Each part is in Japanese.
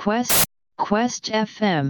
Quest FM。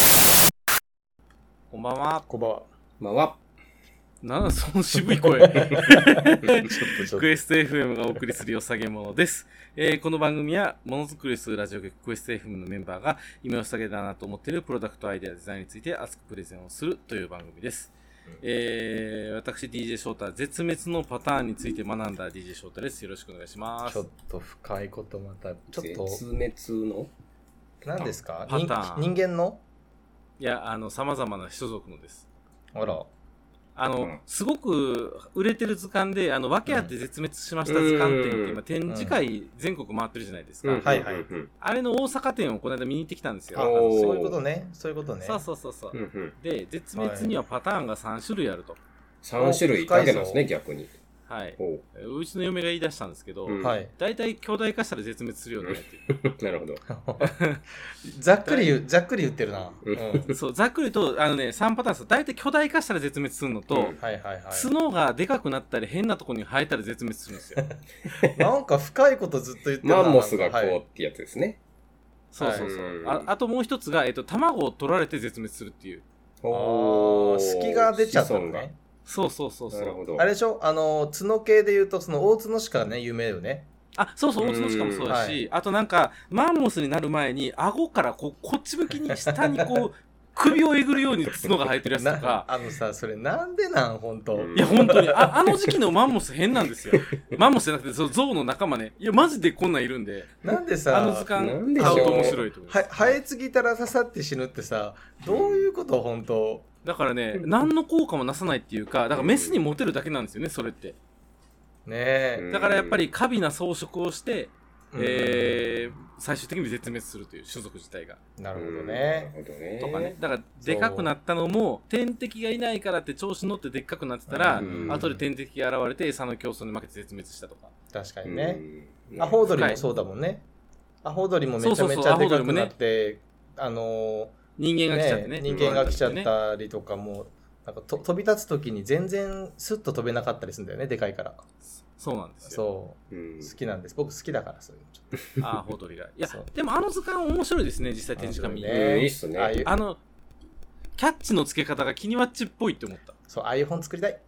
こんばんは。 こんばんは。 まあは。 なんだその渋い声。 ちょっと。 クエスト FM がお送りするよさげものです。この番組はものづくりするラジオ局クエスト FM のメンバーが今よさげだなと思っているプロダクトアイデアデザインについて熱くプレゼンをするという番組です。私 DJ 翔太、絶滅のパターンについて学んだ DJ 翔太です。よろしくお願いします。 ちょっと深いことまた、ちょっと。 絶滅の何ですか？ パターン。 人間の？ いや、様々な種族のです。 あら。 すごく売れてる図鑑で、訳あって絶滅しました図鑑展って今展示会全国回ってるじゃないですか。 はいはい。 あれの大阪店をこの間見に行ってきたんですよ。 そういうことね。そういうことね。 そう。で、絶滅にはパターンが3種類あると。 3種類だけなんですね、逆に。 はい。うちの嫁が言い出したんですけど、だいたい巨大化したら絶滅するようになってる。 なるほど。 ざっくり言ってるな。 そう、ざっくりと、3パターンです。だいたい巨大化したら絶滅するのと、角がでかくなったり変なところに生えたら絶滅するんですよ。 なんか深いことずっと言ってるな。 マンモスがこうってやつですね。 そう。あともう一つが、卵を取られて絶滅するっていう。 隙が出ちゃったのね。 そう。 なるほど。 あれでしょ角系で言うと、その大角しかね、有名よね。 そう、大角しかもそうだし、あとなんか、マンモスになる前に、顎からこっち向きに下に首をえぐるように角が生えてるやつとか。 それなんでなん本当。 いや、本当に。あの時期のマンモス変なんですよ。マンモスじゃなくて、その象の仲間ね。いや、マジでこんなんいるんで。 なんでさ、 あの図鑑買うと面白いと思います。 生え継ぎたら刺さって死ぬってさ、どういうこと本当。 だからね、何の効果もなさないっていうか、だからメスにモテるだけなんですよね、それって。 ねえ。 だからやっぱり過敏な装飾をして、最終的に絶滅するという種族自体が。 なるほどね。 とかね。だからでかくなったのも天敵がいないからって調子乗ってでっかくなってたら、後で天敵が現れて餌の競争に負けて絶滅したとか。 確かにね。アホウドリもそうだもんね。アホウドリもめちゃめちゃでかくなって、 人間が来ちゃってね。 人間が来ちゃったりとかも、なんか飛び立つときに全然スッと飛べなかったりするんだよね、でかいから。 そうなんですよ。 そう。好きなんです。僕好きだから、そういうの。ホウドリが。いや、でも図鑑面白いですね、実際展示会見て。いいっすね。 キャッチの付け方がキニワッチっぽいって思った。 そう、ああいう本作りたい。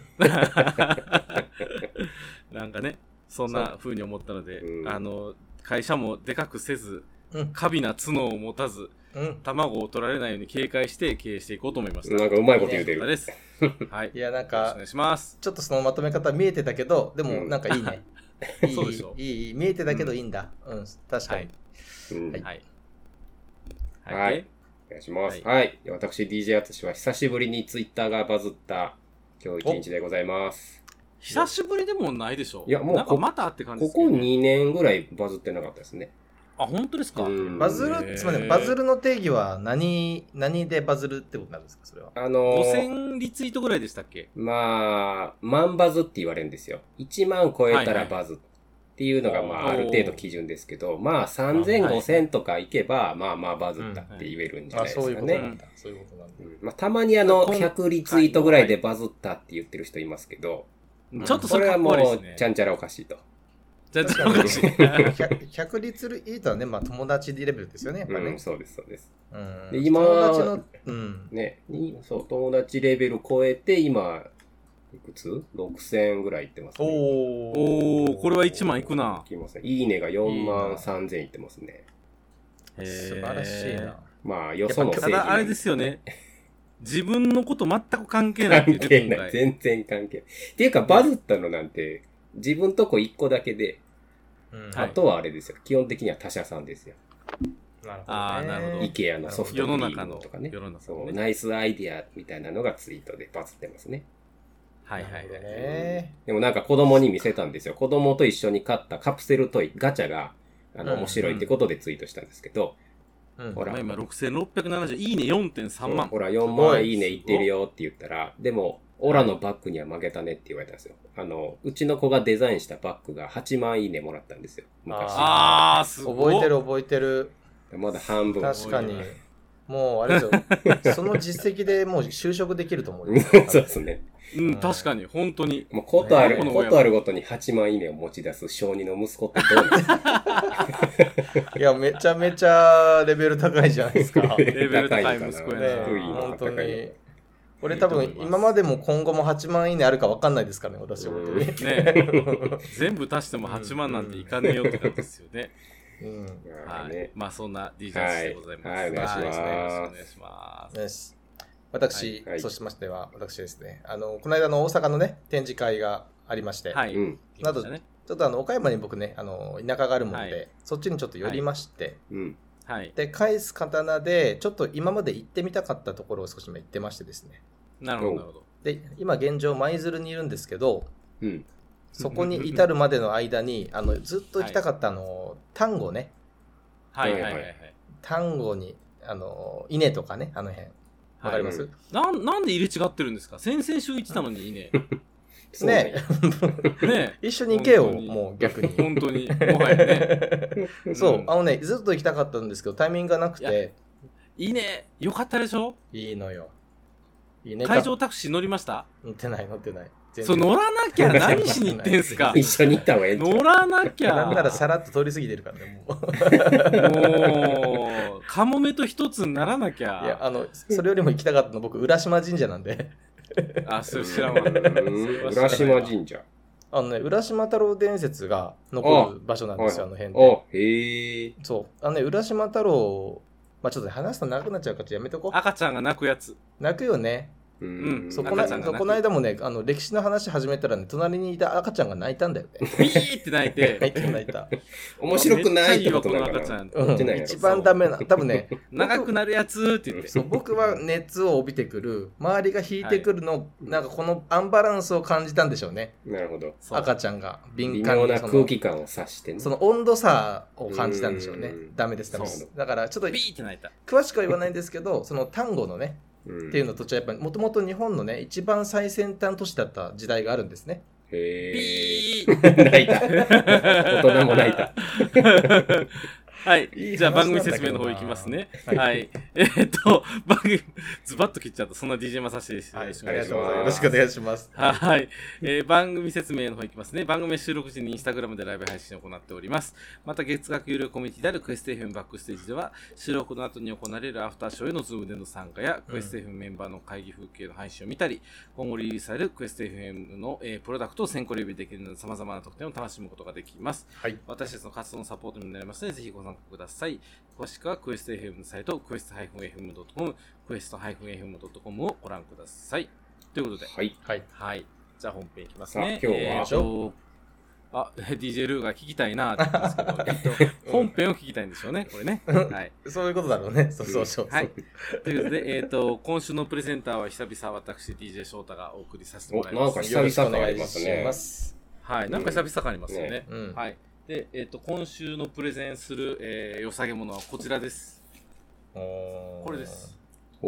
なんかね、そんな風に思ったので、会社もでかくせず、過敏な角を持たず、卵を取られないように警戒して経営していこうと思いました。 なんかうまいこと言うてる。 です。はい。 いや、なんか、 お願いします。 ちょっとそのまとめ方見えてたけど、でもなんかいいね。 そうでしょ。 いい、見えてたけどいいんだ。確かに。 はい。お願いします。はい。私 DJ 淳は久しぶりにツイッターがバズった今日一日でございます。 久しぶりでもないでしょ。 いや、もうなんかまたって感じですここ2年ぐらいバズってなかったですね。 本当ですか？ バズる、すみません、バズるの定義は何でバズるってことなんですか、それは。 5000リツイートぐらいでしたっけ？ まあ、万バズって言われるんですよ。1万超えたらバズっていうのが、まあ、ある程度基準ですけど、まあ、3000、5000とかいけば、まあまあバズったって言えるんじゃないですかね。 そういうことなんだ。そういうことなんだ。 まあ、たまに100リツイートぐらいでバズったって言ってる人いますけど、 ちょっとそれはもう、ちゃんちゃらおかしいと。 ちゃんちゃらおかしい。 100リツイートはね、まあ友達レベルですよね、やっぱね。 そうです。 で、 今、 ね、 そう、友達レベル超えて、今、いくつ ?6000 ぐらいいってますね。 これは1万いくな。 いいねが4万3000いってますね。 素晴らしいな。 まあ、よそのせい。 ただ、あれですよね。自分のこと全く関係ないって関係ない。全然関係ない。っていうか、バズったのなんて、自分とこ1個だけで、あとはあれですよ。基本的には他社さんですよ。 なるほど。 IKEA のソフトクリームとかね。 そう、 ナイスアイディアみたいなのがツイートでバズってますね。 はい。 でもなんか子供に見せたんですよ。子供と一緒に買ったカプセルトイ、ガチャが、面白いってことでツイートしたんですけど、 ほら。今6670、いいね 4.3 万。 ほら、4万いいねいってるよって言ったら、でも、オラのバッグには負けたねって言われたんですよ。うちの子がデザインしたバッグが8万いいねもらったんですよ。昔。 すごい。 覚えてる。 まだ半分。 確かに。もう、あれですよ。その実績でもう就職できると思うよ。 そうですね。 うん、確かに、本当に。 もうことある、 ねことあるごとに8万いいねを持ち出す小児の息子ってどうなんですか？ いや、めちゃめちゃレベル高いじゃないですか。ねレベル高い息子やな低いの本当か高いのに。俺多分今までも今後も8万いいねあるか分かんないですからね、私は本当に。 ね全部足しても8万なんていかねえよって感じですよね。 うん。 はい。 ね。 まあそんな DJ でございます。 はいはいお願いしますよろしくお願いします。 です私、 はいそうしましては、私ですね、この間の大阪のね、展示会がありまして、 はい。 うん。 など、 来ましたねちょっと岡山に僕ね、田舎があるもんで、 はいそっちにちょっと寄りまして、 うん。 はい。 で、返す刀で、ちょっと今まで行ってみたかったところを少し今行ってましてですね。 なるほど、なるほど。 で、今現状、舞鶴にいるんですけど、 うん。 そこに至るまでの間に、ずっと行きたかった丹後ね、 はいはいはいはい。 丹後に、稲とかね、あの辺。わかります、 なんで入れ違ってるんですか？先々週言ってたのにね。 そうねね一緒に行けよ、 本当にもう逆に。 本当に。もはやね。 そううん、 ずっと行きたかったんですけど、タイミングがなくて、 いいね。よかったでしょ？ いいのよ。いいね。 会場タクシー乗りました？ 乗ってない、乗ってない。 そう、乗らなきゃ何しに行ってんすか？ 一緒に行った方がええんちゃう乗らなきゃ。 なんならさらっと通り過ぎてるからね、もう。 もう、カモメと一つにならなきゃ。 いや、それよりも行きたかったの僕、浦島神社なんで。 あ、それ知らんわ。 浦島神社。 浦島太郎伝説が残る場所なんですよ、あの辺で。 あ、へえ。 そう。浦島太郎、まあちょっと話すと長くなっちゃうからやめとこう。 赤ちゃんが泣くやつ。 泣くよね。 うんそう赤ちゃんが泣くこの間もね、歴史の話始めたらね、隣にいた赤ちゃんが泣いたんだよね。 ビーって泣いて。 泣いた。 面白くないってことめっだから。 ちゃいいわこの赤ちゃん。 うんってないやろ一番ダメな、多分ね、 長くなるやつって言って。 そう僕は熱を帯びてくる、周りが引いてくるの、なんかこのアンバランスを感じたんでしょうね。 なるほど。 そう赤ちゃんが微敏感に妙な空気感を察してね。 その温度差を感じたんでしょうねう。んダメです、ダメですそ。 だからちょっとビーって泣いた。 詳しくは言わないんですけど、その単語のね、 うんっていうのと、やっぱりもともと日本のね、一番最先端都市だった時代があるんですね。 へビえ。 ー泣いた。大人も泣いた。 はい。 いい話じゃあ番組説明の方いきますね。 はいはい。番組、ズバッと切っちゃった。そんな DJ まさしです。 はい、あよろしくりがとうございます。 お願いします。 よろしくお願いします。 はい、番組説明の方いきますね。番組収録時にインスタグラムでライブ配信を行っております。また月額有料コミュニティであるクエスト FM バックステージでは、収録の後に行われるアフターショーへのズームでの参加や、クエスト FM メンバーの会議風景の配信を見たり、今後リリースされるクエスト FM の、プロダクトを先行レビューできるなど様々な特典を楽しむことができます。 はい。 私たちの活動のサポートになりますので、ぜひご参加ください。詳しくはクエスト FM のサイト、クエスト -fm.com、クエスト -fm.com をご覧ください。ということで、 はい。 はい。 はい。じゃあ本編いきますね。 さあ今日は DJ ルーが聞きたいなって言ってますけど、本編を聞きたいんでしょうね、これね。はい。 そういうことだろうね。そう。 はい。ということで、今週のプレゼンターは久々私、DJ 翔太がお送りさせてもらいます。 おなんか久々感ありますねよろしくお願いします。 はい。なんか久々感ありますよね。 うん。 はい。で、今週のプレゼンする、良さげものはこちらです。これです。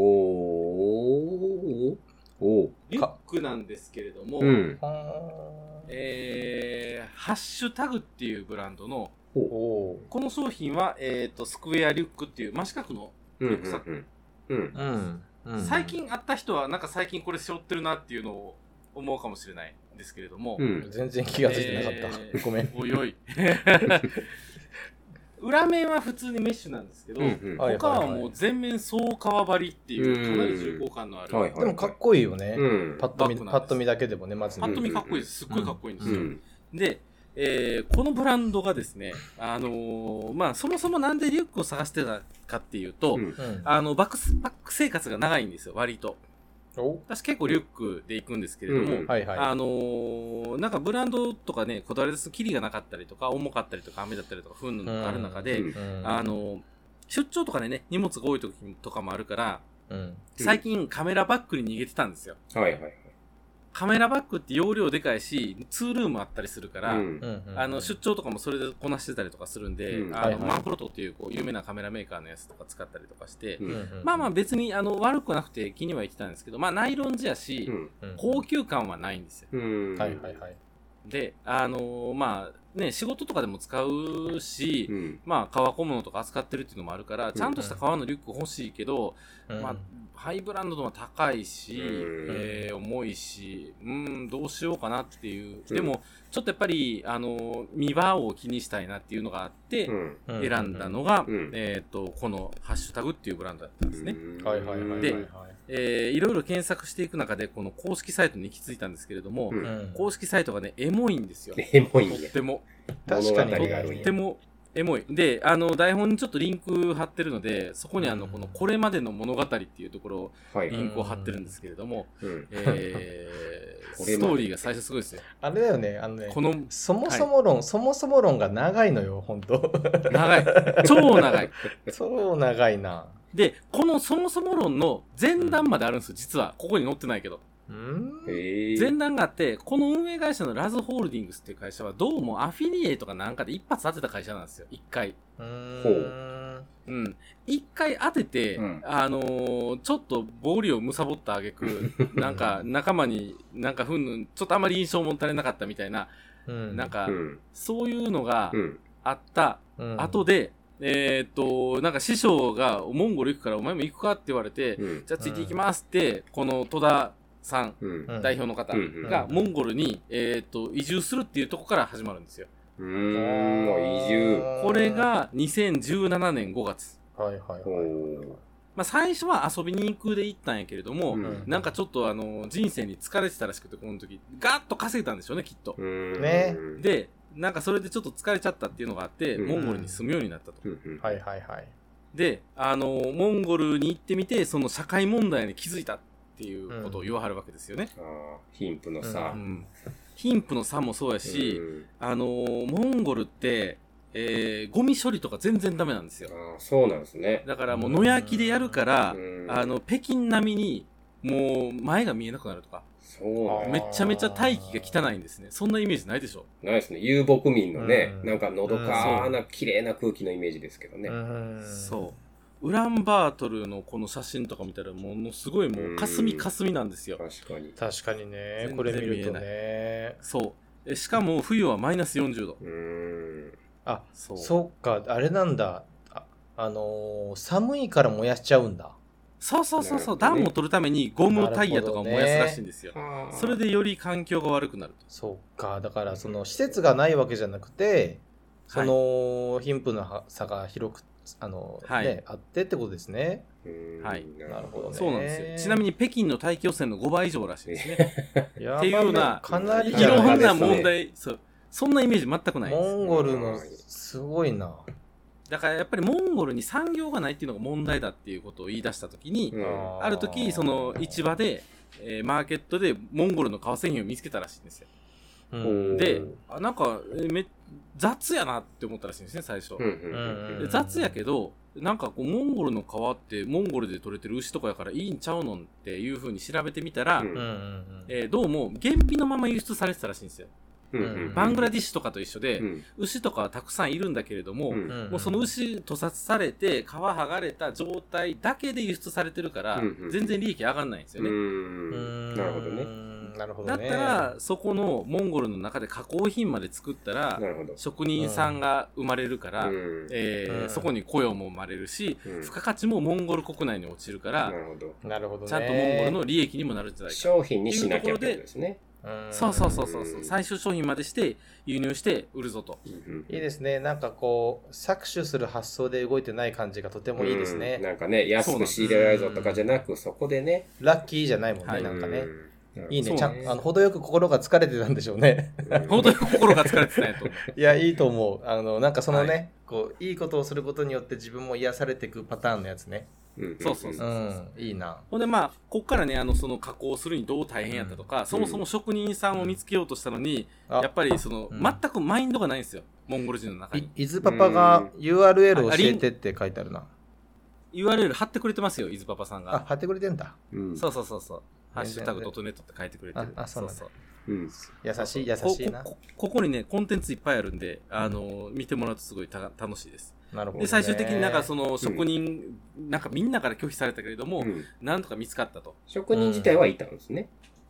おー。 リュックなんですけれども、 うん。 はハッシュタグっていうブランドの、 ーおこの商品は、スクエアリュックっていう真四角のリュックサック。 ーうん。 最近会った人は、なんか最近これ背負ってるなっていうのを思うかもしれないんですけれども、 全然気がついてなかった。ごめん。 おいおい。裏面は普通にメッシュなんですけど、 はい他はもう全面総革張りっていう、かなり重厚感のある。 はいでもかっこいいよね。パッと見、 バッグなんですパッと見だけでもね、まずね。 パッと見かっこいいです。すっごいかっこいいんですよ。 うん。 で、このブランドがですね、まあ、そもそもなんでリュックを探してたかっていうと、 うんうん。 バック生活が長いんですよ、割と。 お私結構リュックで行くんですけれども、 うんはいはい。 なんかブランドとかね、こだわり出すキリがなかったりとか、重かったりとか、雨だったりとか、不運がある中で、 うん出張とかでね、荷物が多い時とかもあるから、 うん。 最近カメラバッグに逃げてたんですよ。 はいはいはい。 カメラバッグって容量でかいし、ツールームあったりするから、出張とかもそれでこなしてたりとかするんで、 うんはいはいマンフロトっていう有名なカメラメーカーのやつとか使ったりとかして、 うんまあまあ別に悪くなくて気には入ってたんですけど、まあナイロン地やし、 うん高級感はないんですよ。 うん。 はいはいはい。 で、まあ、ね、仕事とかでも使うし、 うん。 まあ、革小物とか扱ってるっていうのもあるから、ちゃんとした革のリュック欲しいけど、 うんまあ、ハイブランドのも高いし、 うん重いし、どうしようかなっていう。 うんでも、ちょっとやっぱり、見栄を気にしたいなっていうのがあって、 うん。 選んだのが、 うんこのハッシュタグっていうブランドだったんですね。 はいはいはいはいではい。 いろいろ検索していく中で、この公式サイトに行き着いたんですけれども、 うんうん公式サイトがね、エモいんですよ。 エモいんやとっても。 確かに物語があるんやとってもエモい。で、台本にちょっとリンク貼ってるので、そこにこのこれまでの物語っていうところを、 はい。 リンクを貼ってるんですけれども、 うん。 ストーリーが最初すごいですよ。 あれだよね、 この、 そもそも論、そもそも論が長いのよ、本当長い。超長い。 超長いな。 で、このそもそも論の前段まであるんですよ、実は。ここに載ってないけど。前段があって、この運営会社のラズホールディングスっていう会社は、どうもアフィリエイトかなんかで一発当てた会社なんですよ、一回。 ほう一回当てて、 うんちょっと暴利を貪った挙句、なんか仲間になんかちょっとあまり印象も足りなかったみたいな、なんか、 うん。 そういうのがうん。 あった後で、なんか師匠がモンゴル行くからお前も行くかって言われて、 うん。 じゃあついていきますって、この戸田さん、 うん。 代表の方がモンゴルに、移住するっていうところから始まるんですよ。 もう移住。 これ、が2017年5月。 はいはいほはい。 う。 まあ最初は遊びに行くで行ったんやけれども、 うんなんかちょっと人生に疲れてたらしくて、この時、ガーッと稼いだんでしょうね、きっと。 ねで、なんかそれでちょっと疲れちゃったっていうのがあって、 うんモンゴルに住むようになったと。 うん。 はいはいはい。 で、モンゴルに行ってみて、その社会問題に気づいたっていうことを言わはるわけですよね。 ああ、貧富の差。 貧富の差もそうやし、モンゴルって、ゴミ処理とか全然ダメなんですよ。 ああ、そうなんですね。 だからもう野焼きでやるから、 うん北京並みに、もう前が見えなくなるとか、 そうなんめちゃめちゃ大気が汚いんですね。そんなイメージないでしょ。 ないですね。遊牧民のね、 うんなんかのどかな綺麗な空気のイメージですけどね。 そう。ウランバートルのこの写真とか見たらものすごいもう霞霞なんですよ。 確かに。 確かにね全、然これ見ると見えね。 そう。しかも冬はマイナス40度。 あ、 そう。 そっか、あれなんだ。寒いから燃やしちゃうんだ。 そうそうそうそう、 なるほどね暖を取るためにゴムタイヤとかを燃やすらしいんですよ。 あーそれでより環境が悪くなると。 そっか、だからその施設がないわけじゃなくて、その貧富の差が広く、 はいね、あってってことですね。 はいなるほどね。 そうなんですよ。ちなみに北京の大気汚染の5倍以上らしいですね。 やばっていうようなかなりいろんなですね問題、そう。そんなイメージ全くないです。 モンゴルのすごいな。 だからやっぱりモンゴルに産業がないっていうのが問題だっていうことを言い出したときに、ある時その市場で、マーケットでモンゴルの革製品を見つけたらしいんですよ。 うんで、なんか、雑やなって思ったらしいんですね、最初。で雑やけど、なんかこう、モンゴルの革ってモンゴルで取れてる牛とかやからいいんちゃうのっていう風に調べてみたら、どうも原品のまま輸出されてたらしいんですよ。バングラディッシュとかと一緒で、牛とかはたくさんいるんだけれども、もうその牛屠殺されて、皮剥がれた状態だけで輸出されてるから、全然利益上がんないんですよね。 なるほどね。 なるほどね。 だったら、そこのモンゴルの中で加工品まで作ったら、職人さんが生まれるから、そこに雇用も生まれるし、付加価値もモンゴル国内に落ちるから、 なるほどね。 ちゃんとモンゴルの利益にもなるんじゃないか。 商品にしなきゃってことですね。 そうそうそうそう。最終商品までして輸入して売るぞと。 いいですね。なんかこう、搾取する発想で動いてない感じがとてもいいですね。 なんかね、安く仕入れられるぞとかじゃなく、そこでね。 ラッキーじゃないもんね、なんかね。いいね。程よく心が疲れてたんでしょうね。 程よく心が疲れてないと思う。 いや、いいと思う。なんかそのね、こう、いいことをすることによって自分も癒されていくパターンのやつね。 そうそうそう。 いいな。 ほんでまあ、こっからね、その加工するにどう大変やったとか、そもそも職人さんを見つけようとしたのに、やっぱりその、全くマインドがないんですよ。モンゴル人の中に。 伊豆パパが URL 教えてって書いてあるな。 URL 貼ってくれてますよ、伊豆パパさんが。 あ、貼ってくれてんだ。 そうそうそうそう。ハッシュタグドットネットって書いてくれてる。 そうそう。優しいな。 ここにね、コンテンツいっぱいあるんで、見てもらうとすごい楽しいです。 なるほど。 で、最終的になんかその職人、なんかみんなから拒否されたけれども、なんとか見つかったと。 職人自体はいたんですね。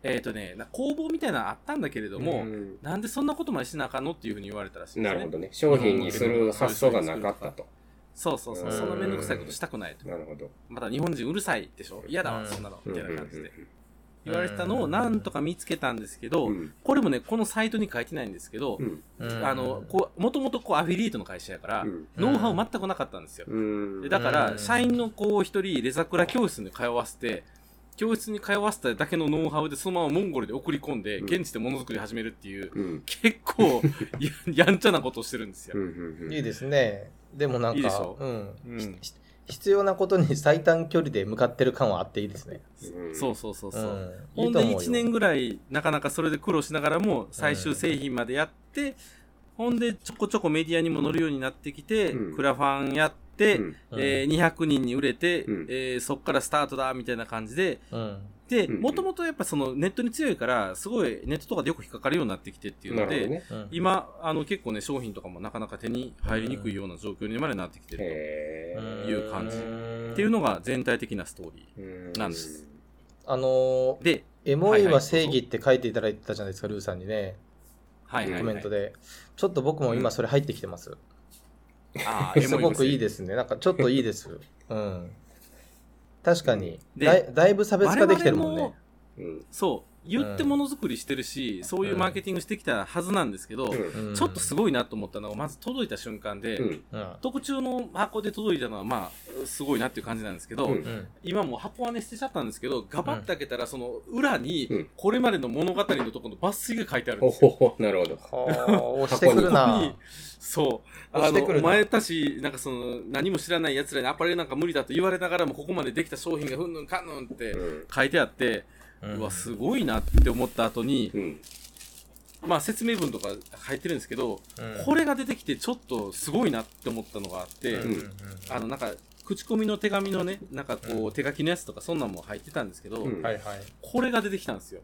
工房みたいなのあったんだけれども、 うんなんでそんなことまでしなあかんのっていうふうに言われたらしいんですね。 なるほどね。商品にする発想がなかったと。 そうそうそう。 うんそんなめんどくさいことしたくないと。 なるほど。 また日本人うるさいでしょ。嫌だわ、 うんそんなの。みたいな感じで。 うん言われてたのをなんとか見つけたんですけど、 うんこれもね、このサイトに書いてないんですけど、 うんもともとアフィリエイトの会社やから、 うんノウハウ全くなかったんですよ。 うんでだから、社員の子を一人レザクラ教室に通わせて、教室に通わせただけのノウハウでそのままモンゴルで送り込んで、 うん現地でものづくり始めるっていう、 うん結構やんちゃなことをしてるんですよ。 いいですね。でもなんか、 いいでしょうんうん必要なことに最短距離で向かってる感はあっていいですね。 そうそうそうそう。 うんほんでいいと思うよ 1年ぐらいなかなかそれで苦労しながらも最終製品までやって、ほんでちょこちょこメディアにも載るようになってきて、 うんクラファンやって、 うん 200人に売れて、 うんそっからスタートだみたいな感じで、 うんで、 うんもともとやっぱそのネットに強いから、すごいネットとかでよく引っかかるようになってきてっていうので、 なるほどね。 うん今、結構ね、商品とかもなかなか手に入りにくいような状況にまでなってきてるへーいう感じっていうのが全体的なストーリー。なんですで、 エモいは正義って書いていただいてたじゃないですか、ルーさんにね、 はいはい、はい。 コメントで。ちょっと僕も今それ入ってきてます。 あーすごくいいす。 ですね。なんかちょっといいです。うん。確かに。 でだいぶ差別化できてるもんね。 うんそう、言ってものづくりしてるし、そういうマーケティングしてきたはずなんですけど、 うんちょっとすごいなと思ったのが、まず届いた瞬間で、 うんうん特注の箱で届いたのは、まあ、すごいなっていう感じなんですけど、 うんうん今もう箱はね捨てちゃったんですけど、ガバッて開けたら、その裏にうん、 これまでの物語のところの抜粋が書いてあるんほですよ。 ほほ、なるほど。 はあ、押してくるここなに。そう。 押してくるなお前たち、なんかその、何も知らない奴らにアパレルなんか無理だと言われながらも、ここまでできた商品がふんぬんかんぬんってうん書いてあって、 うんうわ、すごいなって思った後に、 うんまあ説明文とか入ってるんですけど、 うんこれが出てきてちょっとすごいなって思ったのがあって、 うんなんか、口コミの手紙のね、なんかこう、手書きのやつとかそんなんも入ってたんですけど、 うんはいはい。 これが出てきたんですよ。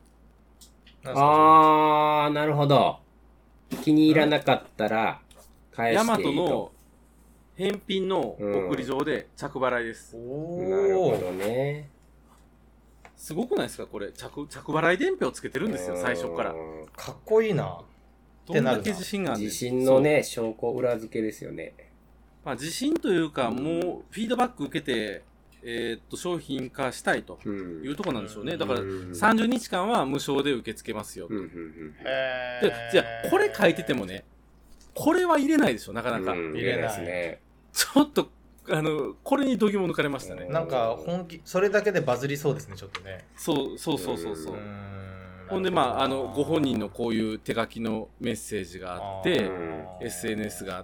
あー、なるほど。気に入らなかったら、返ヤマしていいと。 トの返品の送り状で着払いです。 おなるほーどね。 すごくないですかこれ着払い伝票つけてるんですよ、最初から。 かっこいいな。 どんだけ自信があるん自です信のね、証拠裏付けですよね。 まあ、自信というか、もう、フィードバック受けて、商品化したいとうんいうところなんでしょうね。だから、 うん 30日間は無償で受け付けますよ。 うんうんで、じゃあ、これ書いててもね、これは入れないでしょ、なかなか。 うん入れないですね。 ちょっと、これに度肝抜かれましたね。 なんかそれだけでバズりそうですね、ちょっとね。 そうそうそうそう。 うんほんで、まあ、ご本人のこういう手書きのメッセージがあって、 うん SNS があって、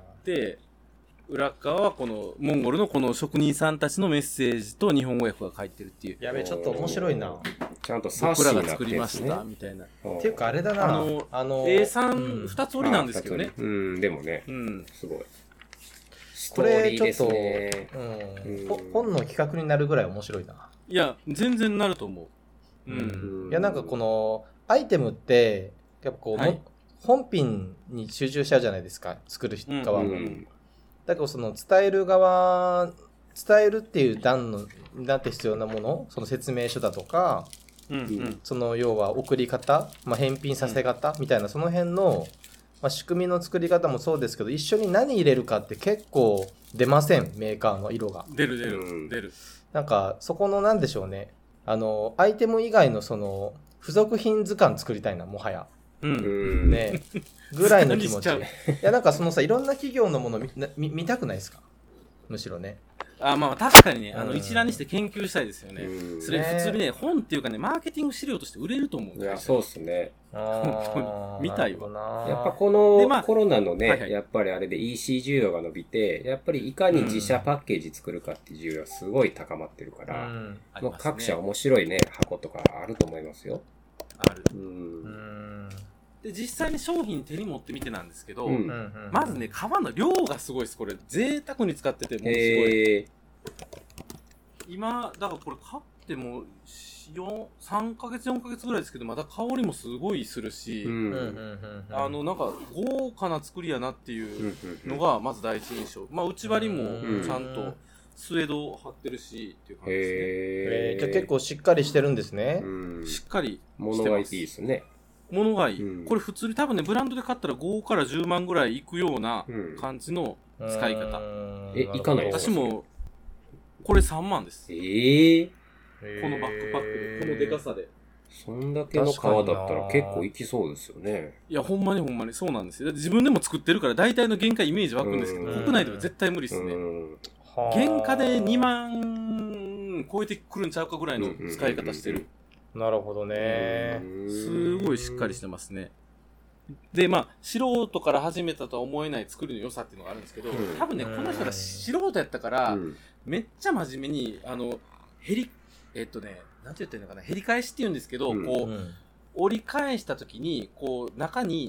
裏側はこの、モンゴルのこの職人さんたちのメッセージと日本語訳が書いてるっていう。 やべえ、ちょっと面白いな。 ちゃんと冊僕らが子になってるん作りましですね。 たみたいな。 っていうかあれだな。 A3 二つ折りなんですけどね。 うん、でもね、 うん。 すごい。ストこーリーですれちょっと、 ね。 本の企画になるぐらい面白いな。 いや、全然なると思う。うん。 いや、なんかこの、アイテムって、やっぱこう、 はい本品に集中しちゃうじゃないですか、作る側も。 うんだけどその伝える側、伝えるっていう段の、だって必要なもの、その説明書だとか、 うん。うん。 その要は送り方、返品させ方みたいなその辺の、仕組みの作り方もそうですけど、一緒に何入れるかって結構出ません、メーカーの色が。 出る出る、 うん出る。 なんかそこのなんでしょうね、アイテム以外のその付属品図鑑作りたいな、もはや。 う。 うんん。 ね、ぐらいの気持ち。い何しちゃうや、なんかそのさ、いろんな企業のもの見たくないですか、むしろね。 あ、まあ確かにね、一覧にして研究したいですよね。 うんそれ普通にね、本っていうかね、マーケティング資料として売れると思う。 いや、そうっすね。 あー見たいわなるほどなやっぱこでまあのコロナのね、 はいはいやっぱりあれで EC 需要が伸びて、やっぱりいかに自社パッケージ作るかっていう需要がすごい高まってるから、もうありますね各社面白いね、箱とかあると思いますよ。 ある。 う。 うんんで、実際に商品手に持ってみてなんですけど、 うんまずね、革の量がすごいです。これ、贅沢に使ってて、もうすごい。今、だからこれ買っても、3ヶ月、4ヶ月ぐらいですけど、まだ香りもすごいするし、 うんなんか豪華な作りやなっていうのが、まず第一印象。まあ、内張りもうんちゃんとスウェードを貼ってるしっていう感じですね。 じゃあ結構しっかりしてるんですね。 しっかり物がいいですね。 物がいい、これ普通に多分ね、ブランドで買ったら5から10万ぐらいいくような感じの使い方。 いかないですか？ 私も、これ3万です。このバックパックで、このデカさで。 そんだけの革だったら結構いきそうですよね。 いや、ほんまにそうなんですよ。だって自分でも作ってるから大体の原価イメージ湧くんですけど、国内では絶対無理ですね。原価で2万超えてくるんちゃうかぐらいの使い方してる。 なるほどね。 すごいしっかりしてますね。で、まあ、素人から始めたとは思えない作りの良さっていうのがあるんですけど、多分ね、この人が素人やったから、めっちゃ真面目に、なんて言ってるのかな、へり返しって言うんですけど、こう、折り返した時に、こう、中に、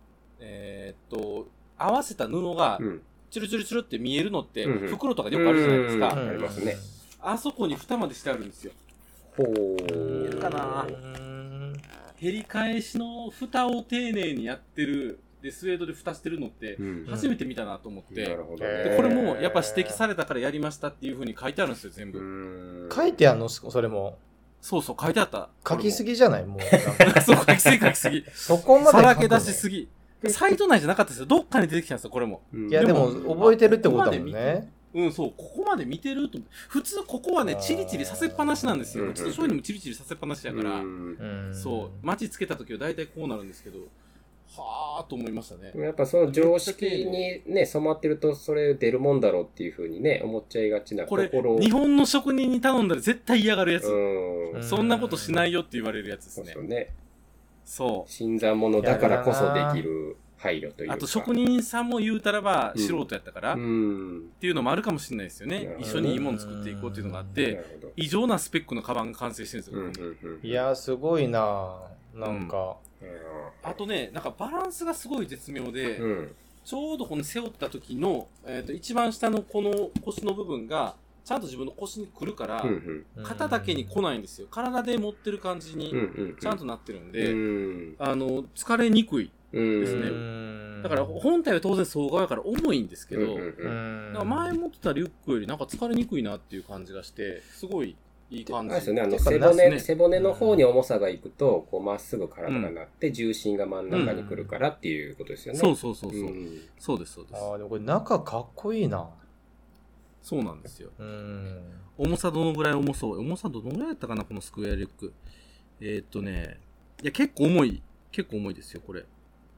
合わせた布が、チュルチュルチュルって見えるのって、袋とかでよくあるじゃないですか。 ありますね。 あそこに蓋までしてあるんですよ。 見えるかな？照り返しの蓋を丁寧にやってる、で、スウェードで蓋してるのって、初めて見たなと思って。 なるほど。 で、これも、やっぱ指摘されたからやりましたっていう風に書いてあるんですよ、全部。 書いてあるのそれも。 そうそう、書いてあった。 書きすぎじゃないもう。 そう、書きすぎ。 そこまで。 さらけ出しすぎ。サイト内じゃなかったですよ。どっかに出てきたんですよ、これも。 いや、でも、覚えてるってことだもんね。 そう、ここまで見てると。普通ここはね、チリチリさせっぱなしなんですよ。うちの商品もチリチリさせっぱなしやから、そう、マチつけた時は大体こうなるんですけど、はぁーと思いましたね。 やっぱその常識にね、染まってるとそれ出るもんだろうっていう風にね、思っちゃいがちなところ。 これ、日本の職人に頼んだら絶対嫌がるやつ。そんなことしないよって言われるやつですね。 そうね。 そう。 新参者だからこそできる配慮というか。 あと職人さんも言うたらば素人やったから、っていうのもあるかもしれないですよね。一緒にいいもの作っていこうっていうのがあって、異常なスペックのカバンが完成してるんですよ。 いやー、すごいななんか。 あとね、なんかバランスがすごい絶妙で、ちょうどこの背負った時の、一番下のこの腰の部分が、ちゃんと自分の腰に来るから、肩だけに来ないんですよ。体で持ってる感じに、ちゃんとなってるんで、疲れにくいですね。だから本体は当然総側やから重いんですけど、前持ってたリュックよりなんか疲れにくいなっていう感じがして、すごいいい感じ。 ですよね。背骨の方に重さがいくと、こうまっすぐ体がなって、重心が真ん中に来るからっていうことですよね。 そう。そうです。 ああ、でもこれ中かっこいいな。 そうなんですよ。重さどのぐらい重そう？重さどのぐらいやったかな、このスクエアリュック。いや、結構重いですよ、これ。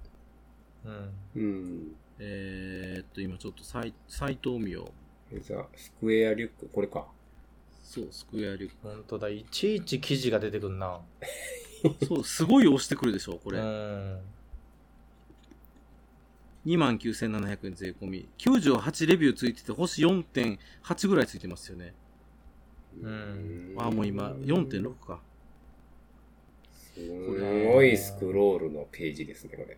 今ちょっとサイトを見よう。スクエアリュック、これか。 そう、スクエアリュック。 ほんとだ、いちいち生地が出てくるな。 そう、すごい押してくるでしょ、これ。29,700円税込み。98レビューついてて、星 4.8 ぐらいついてますよね。もう今、4.6 か。 すごいスクロールのページですね、これ。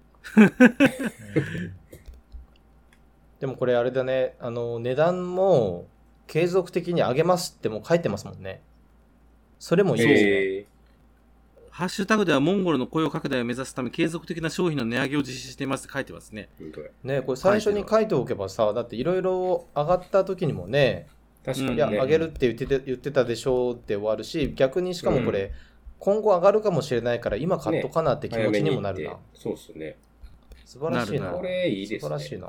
でもこれあれだね、値段も継続的に上げますってもう書いてますもんね。それもいいですね。 ハッシュタグではモンゴルの雇用拡大を目指すため継続的な商品の値上げを実施していますって書いてますね。 ね、これ最初に書いておけばさ、だっていろいろ上がった時にもね、 確かにね、 いや、上げるって言ってたでしょうって終わるし、逆にしかもこれ、今後上がるかもしれないから今買っとかなって気持ちにもなるな。 そうっすね。 素晴らしいな。 これいいですね。 素晴らしいな。 な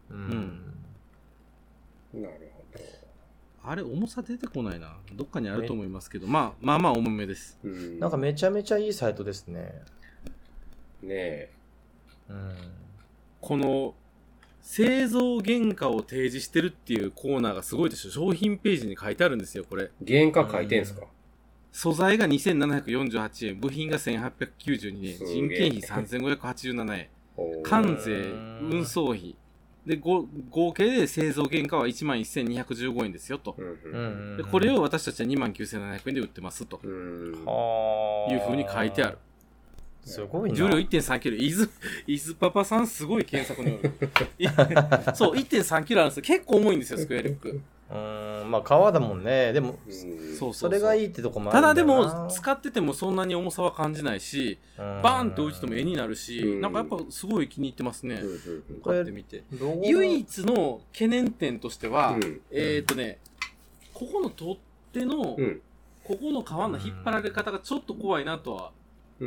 るほど。 あれ、重さ出てこないな。どっかにあると思いますけど、まあ重めです。 なんかめちゃめちゃいいサイトですね。 ねえ。 この、製造原価を提示してるっていうコーナーがすごいでしょ。商品ページに書いてあるんですよ、これ。 原価書いてんすか？ 素材が2,748円、部品が1,892円、人件費3,587円、関税、運送費。で、合計で製造原価は 11,215 円ですよ、と。で、これを私たちは 29,700 円で売ってます、と。いう風に書いてある。 すごいな。 重量 1.3 キロ。伊豆パパさんすごい検索能力。そう、1.3 キロあるんですよ。結構重いんですよ、スクエアリュック。 まあ革だもんね。でも、それがいいってとこもあるんだよな。 ただでも、使っててもそんなに重さは感じないし、バーンって置いてても絵になるし、なんかやっぱすごい気に入ってますね。買ってみて。唯一の懸念点としては、ここの取っ手の、ここの皮の引っ張られ方がちょっと怖いなとは。ちょ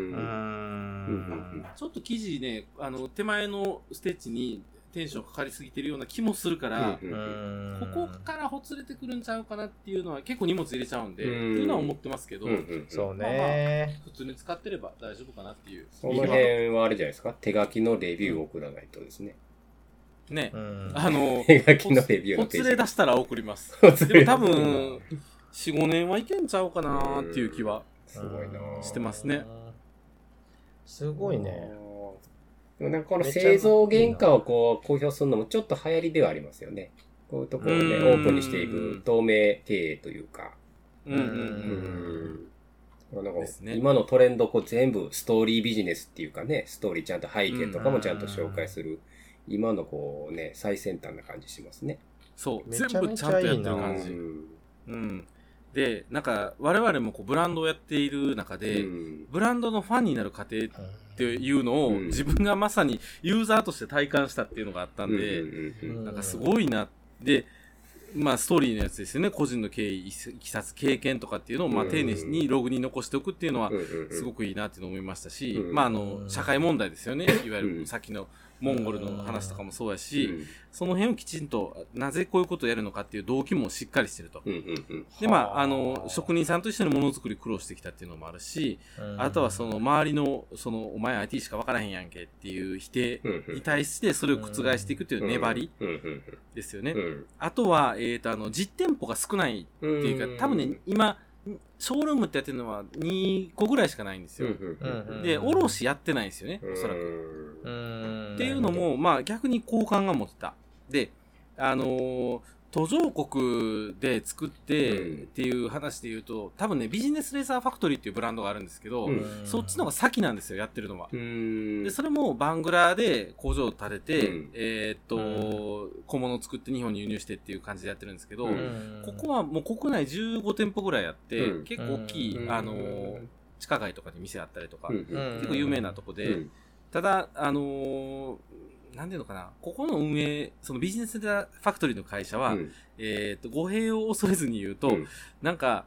っと生地ね、手前のステッチにテンションかかりすぎてるような気もするから、ここからほつれてくるんちゃうかなっていうのは結構荷物入れちゃうんで、っていうのは思ってますけど、 そうね、 普通に使ってれば大丈夫かなっていう。 その辺はあれじゃないですか、手書きのレビューを送らないとですね。 ね、 手書きのレビューのほつれ出したら送ります。でも多分、4、5年はいけんちゃうかなっていう気は。 すごいなしてますね。 すごいね。 でもなんかこの製造原価をこう公表するのもちょっと流行りではありますよね。こういうところをね、オープンにしていく透明経営というか。なんか今のトレンドこう全部ストーリービジネスっていうかね、ストーリーちゃんと背景とかもちゃんと紹介する、今のこうね、最先端な感じしますね。 そう、全部ちゃんとやってる感じ。で、なんか、我々もこうブランドをやっている中で、ブランドのファンになる過程っていうのを、自分がまさにユーザーとして体感したっていうのがあったんで、なんかすごいな。で、まあ、ストーリーのやつですよね。個人の経緯、いきさつ、経験とかっていうのを、まあ、丁寧にログに残しておくっていうのは、すごくいいなっていうのを思いましたし、まあ、社会問題ですよね。いわゆる、さっきのモンゴルの話とかもそうやし、その辺をきちんと、なぜこういうことをやるのかっていう動機もしっかりしてると。で、まあ、職人さんと一緒にものづくり苦労してきたっていうのもあるし、あとはその周りの、お前 IT しか分からへんやんけっていう否定に対してそれを覆していくっていう粘りですよね。あとは、実店舗が少ないっていうか、多分ね、今、ショールームってやってるのは2個ぐらいしかないんですよ。で、卸やってないんですよね、おそらく。っていうのも、まあ逆に好感が持ってた。で、途上国で作ってっていう話で言うと、多分ね、ビジネスレーザーファクトリーっていうブランドがあるんですけど、そっちの方が先なんですよ、やってるのは。で、それもバングラで工場を建てて、小物を作って日本に輸入してっていう感じでやってるんですけど、ここはもう国内15店舗ぐらいあって、結構大きい、地下街とかに店あったりとか、結構有名なとこで、ただ、なんていうのかな、ここの運営、そのビジネスファクトリーの会社は、語弊を恐れずに言うと、なんか、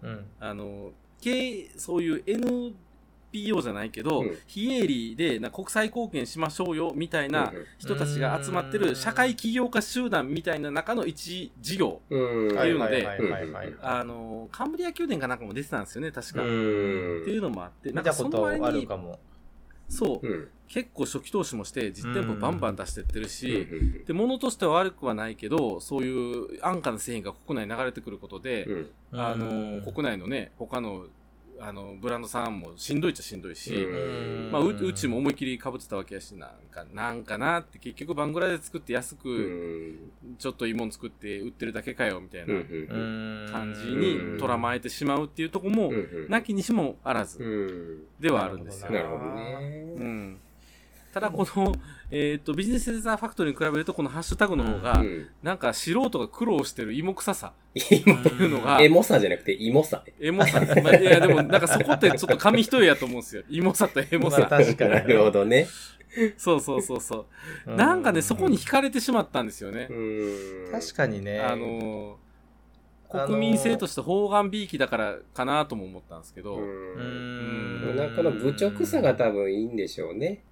そういう NPO じゃないけど、非営利で国際貢献しましょうよ、みたいな人たちが集まってる社会起業家集団みたいな中の一事業っていうので、カンブリア宮殿かなんかも出てたんですよね、確か。っていうのもあって、 見たことあるかも。 そう、結構初期投資もして実店舗バンバン出してってるし、で物としては悪くはないけど、そういう安価な製品が国内に流れてくることで、国内のね、他のブランドさんもしんどいっちゃしんどいし、まあうちも思いっきり被ってたわけやし、なんかなって結局バングラで作って安くちょっといいもん作って売ってるだけかよみたいな感じにとらまえてしまうっていうところもなきにしもあらずではあるんですよ。 なるほどね。 ただこの、ビジネスレーザーファクトリーに比べるとこのハッシュタグの方が、なんか素人が苦労してる芋臭さっていうのが。 エモさじゃなくて芋さ。 エモさ。まあ、いやでもなんかそこってちょっと紙一重やと思うんですよ。芋さとエモさ。 確かに。 なるほどね。 そう。なんかね、そこに惹かれてしまったんですよね。 確かにね。 国民性として方眼びいきだからかなとも思ったんですけど。 なんかの愚直さが多分いいんでしょうね。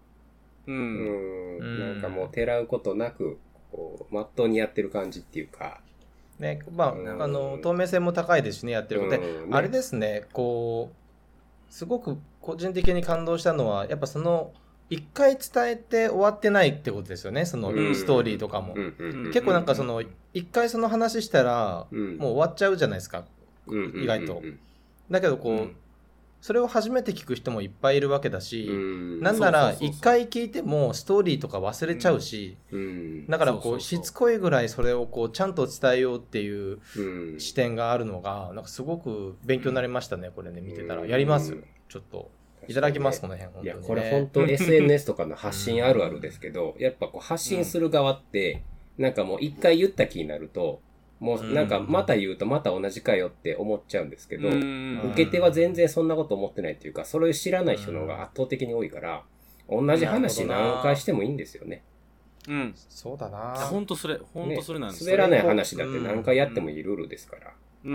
なんかもうてらうことなく、こう、まっとうにやってる感じっていうか。 ね、まあ、透明性も高いですしね、やってることで。あれですね、こう、すごく個人的に感動したのは、やっぱその、一回伝えて終わってないってことですよね、そのストーリーとかも。結構なんかその、一回その話したら、もう終わっちゃうじゃないですか、意外と。だけどこう、それを初めて聞く人もいっぱいいるわけだし、なんなら一回聞いてもストーリーとか忘れちゃうし、だからこうしつこいぐらいそれをこうちゃんと伝えようっていう視点があるのが、なんかすごく勉強になりましたね、これね、見てたら。やります。ちょっと。いただきます、この辺。本当にね。 いや、これ本当 SNS とかの発信あるあるですけど、やっぱこう発信する側って、なんかもう一回言った気になると、 もうなんかまた言うとまた同じかよって思っちゃうんですけど、 うん受け手は全然そんなこと思ってないっていうか、それを知らない人の方が圧倒的に多いから、同じ話何回してもいいんですよね。 うん。 そうだな。 ほんとそれなんです滑らない話だって何回やってもいいルールですから。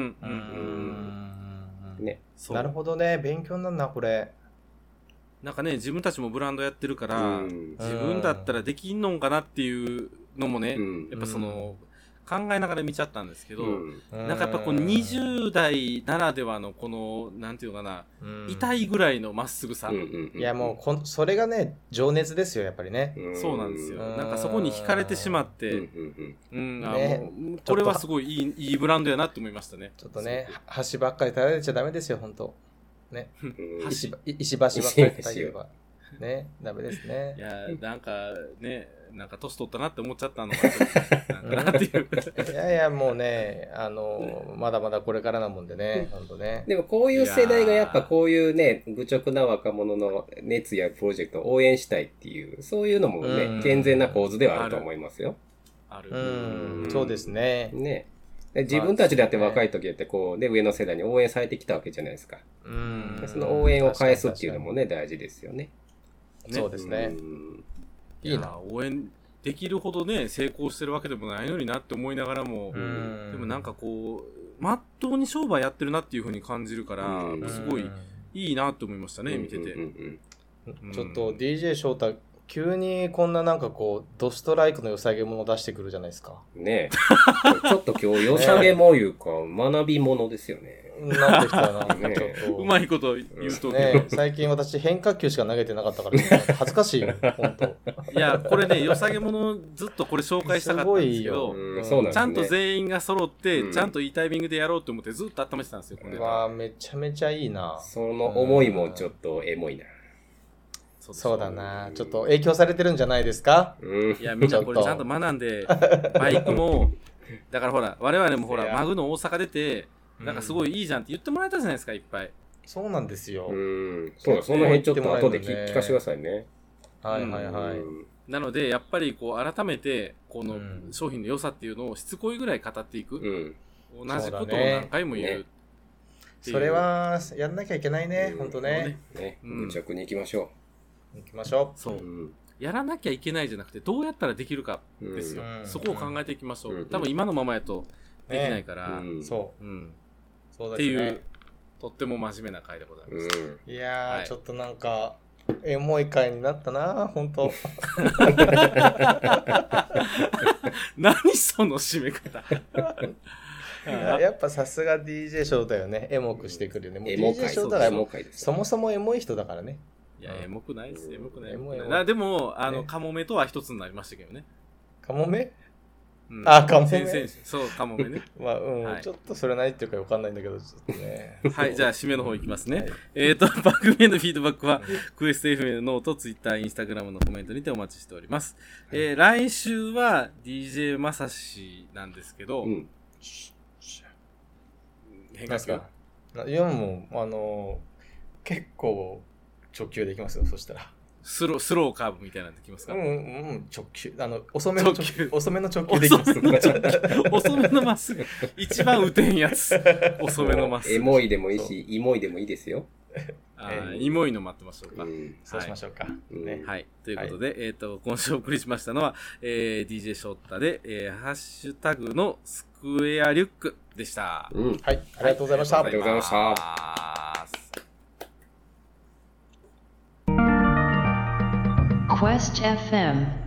ね。 なるほどね。勉強になるな、これ。 なんかね、自分たちもブランドやってるから、自分だったらできんのんかなっていうのもね、やっぱその、考えながら見ちゃったんですけど、なんかやっぱこの20代ならではのこの、なんていうのかな、痛いぐらいのまっすぐさ。 いやもうそれがね、情熱ですよ、やっぱりね。 そうなんですよ。なんかそこに惹かれてしまって、これはすごいいいブランドやなって思いましたね。 ちょっとね、橋ばっかり垂れちゃダメですよ、本当ね。石橋ばっかり垂れれば。ね、ダメですね。 いや、なんかね、なんか年取ったなって思っちゃったのかなっていう。 いやいや、もうね、まだまだこれからなもんでね、ほんとね。 でもこういう世代がやっぱこういうね、愚直な若者の熱やプロジェクトを応援したいっていう、そういうのもね、健全な構図ではあると思いますよ。 ある。 そうですね。 ね。自分たちだって若い時だってこうね、上の世代に応援されてきたわけじゃないですか。その応援を返すっていうのもね、大事ですよね。 そうですね。 いいな。応援できるほどね、成功してるわけでもないのになって思いながらも、でもなんかこう、まっとうに商売やってるなっていう風に感じるから、すごいいいなって思いましたね、見てて。 ちょっと DJ 翔太、急にこんななんかこう、ドストライクの良さげもの出してくるじゃないですか。 ねえ。ちょっと今日良さげもいうか、学びものですよね。 なってきたな、 ね、ちょっと。うまいこと言うとね。最近私変化球しか投げてなかったから、恥ずかしいよ、本当。 いや、これね、良さげものずっとこれ紹介したかったんですけど、ちゃんと全員が揃って、ちゃんといいタイミングでやろうと思ってずっと温めてたんですよ、これ。 わあ、めちゃめちゃいいな。 その思いもちょっとエモいな。 そうだな。ちょっと影響されてるんじゃないですか？ いや、みんなこれちゃんと学んで、バイクも、だからほら、我々もほら、マグの大阪出て、なんかすごいいいじゃんって言ってもらえたじゃないですか、いっぱい。 そうなんですよ。 そうだ、その辺ちょっと後で聞かせてくださいね。 はいはいはい。 なので、やっぱりこう、改めて、この商品の良さっていうのをしつこいぐらい語っていく。同じことを何回も言う。 それは、やんなきゃいけないね、ほんとね。 愚直に行きましょう。 行きましょう。 そう。やらなきゃいけないじゃなくて、どうやったらできるかですよ。そこを考えていきましょう。多分今のままやとできないから。 そう。 そうですね。っていう、とっても真面目な回でございます。 いやー、ちょっとなんか、エモい回になったな、ほんと。 何その締め方。 やっぱさすが DJ 翔太よね。エモくしてくるよね。もう DJ 翔太がそもそもエモい人だからね。 いや、エモくないです。エモくない。でも、カモメとは一つになりましたけどね。 カモメあ、カモメ。 そう、カモメね。 まあ、ちょっとそれないっていうかわかんないんだけど、ちょっとね。 はい、じゃあ、締めの方いきますね。番組へのフィードバックは、クエスト FM のノート、ツイッター、インスタグラムのコメントにてお待ちしております。来週は DJ まさしなんですけど、変化球？ いや、もう、結構、直球できますよ、そしたら。 スローカーブみたいなのできますか？ 直球。遅めの直球できます。 遅めのまっすぐ。一番打てんやつ。遅めのまっすぐ。 エモいでもいいし、イモいでもいいですよ。 イモいの待ってましょうか。 そうしましょうか。 はい。ということで、今週お送りしましたのは、DJ ショッタで、ハッシュタグのスクエアリュックでした。 はい。ありがとうございました。 ありがとうございました。 Quest FM